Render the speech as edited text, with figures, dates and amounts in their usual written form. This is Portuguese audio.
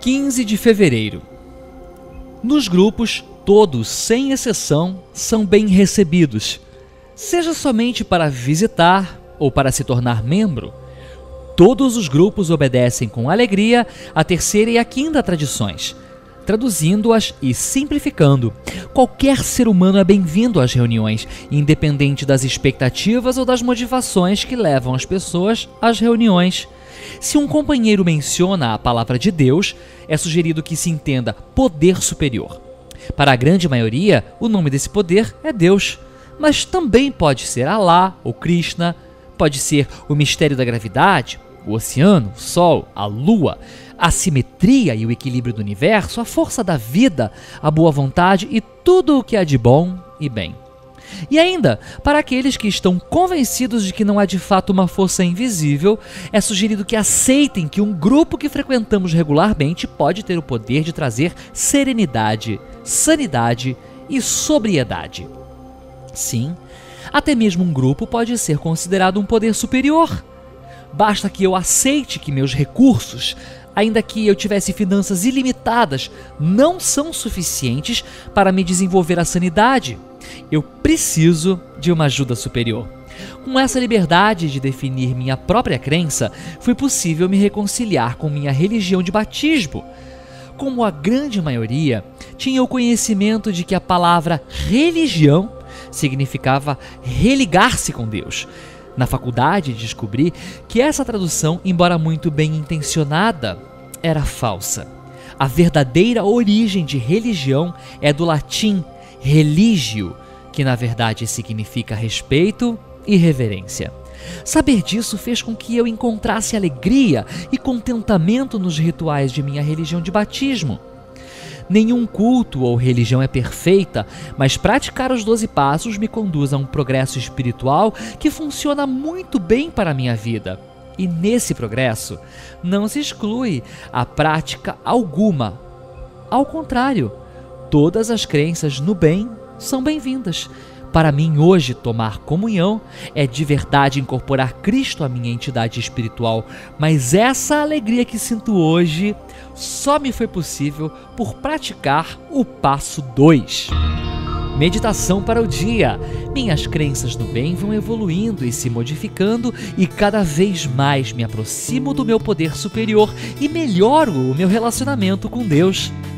15 de fevereiro. Nos grupos, todos, sem exceção, são bem recebidos, seja somente para visitar ou para se tornar membro. Todos os grupos obedecem com alegria a terceira e a quinta tradições, traduzindo-as e simplificando. Qualquer ser humano é bem-vindo às reuniões, independente das expectativas ou das motivações que levam as pessoas às reuniões. Se um companheiro menciona a palavra de Deus, é sugerido que se entenda poder superior. Para a grande maioria, o nome desse poder é Deus, mas também pode ser Alá ou Krishna, pode ser o mistério da gravidade, o oceano, o sol, a lua, a simetria e o equilíbrio do universo, a força da vida, a boa vontade e tudo o que há de bom e bem. E ainda, para aqueles que estão convencidos de que não há de fato uma força invisível, é sugerido que aceitem que um grupo que frequentamos regularmente pode ter o poder de trazer serenidade, sanidade e sobriedade. Sim, até mesmo um grupo pode ser considerado um poder superior. Basta que eu aceite que meus recursos, ainda que eu tivesse finanças ilimitadas, não são suficientes para me desenvolver a sanidade. Eu preciso de uma ajuda superior. Com essa liberdade de definir minha própria crença, foi possível me reconciliar com minha religião de batismo. Como a grande maioria, tinha o conhecimento de que a palavra religião significava religar-se com Deus. Na faculdade, descobri que essa tradução, embora muito bem intencionada, era falsa. A verdadeira origem de religião é do latim religio, que na verdade significa respeito e reverência. Saber disso fez com que eu encontrasse alegria e contentamento nos rituais de minha religião de batismo. Nenhum culto ou religião é perfeita, mas praticar os 12 passos me conduz a um progresso espiritual que funciona muito bem para a minha vida. E nesse progresso, não se exclui a prática alguma. Ao contrário, todas as crenças no bem são bem-vindas. Para mim, hoje, tomar comunhão é de verdade incorporar Cristo à minha entidade espiritual, mas essa alegria que sinto hoje só me foi possível por praticar o passo 2. Meditação para o dia. Minhas crenças no bem vão evoluindo e se modificando e cada vez mais me aproximo do meu poder superior e melhoro o meu relacionamento com Deus.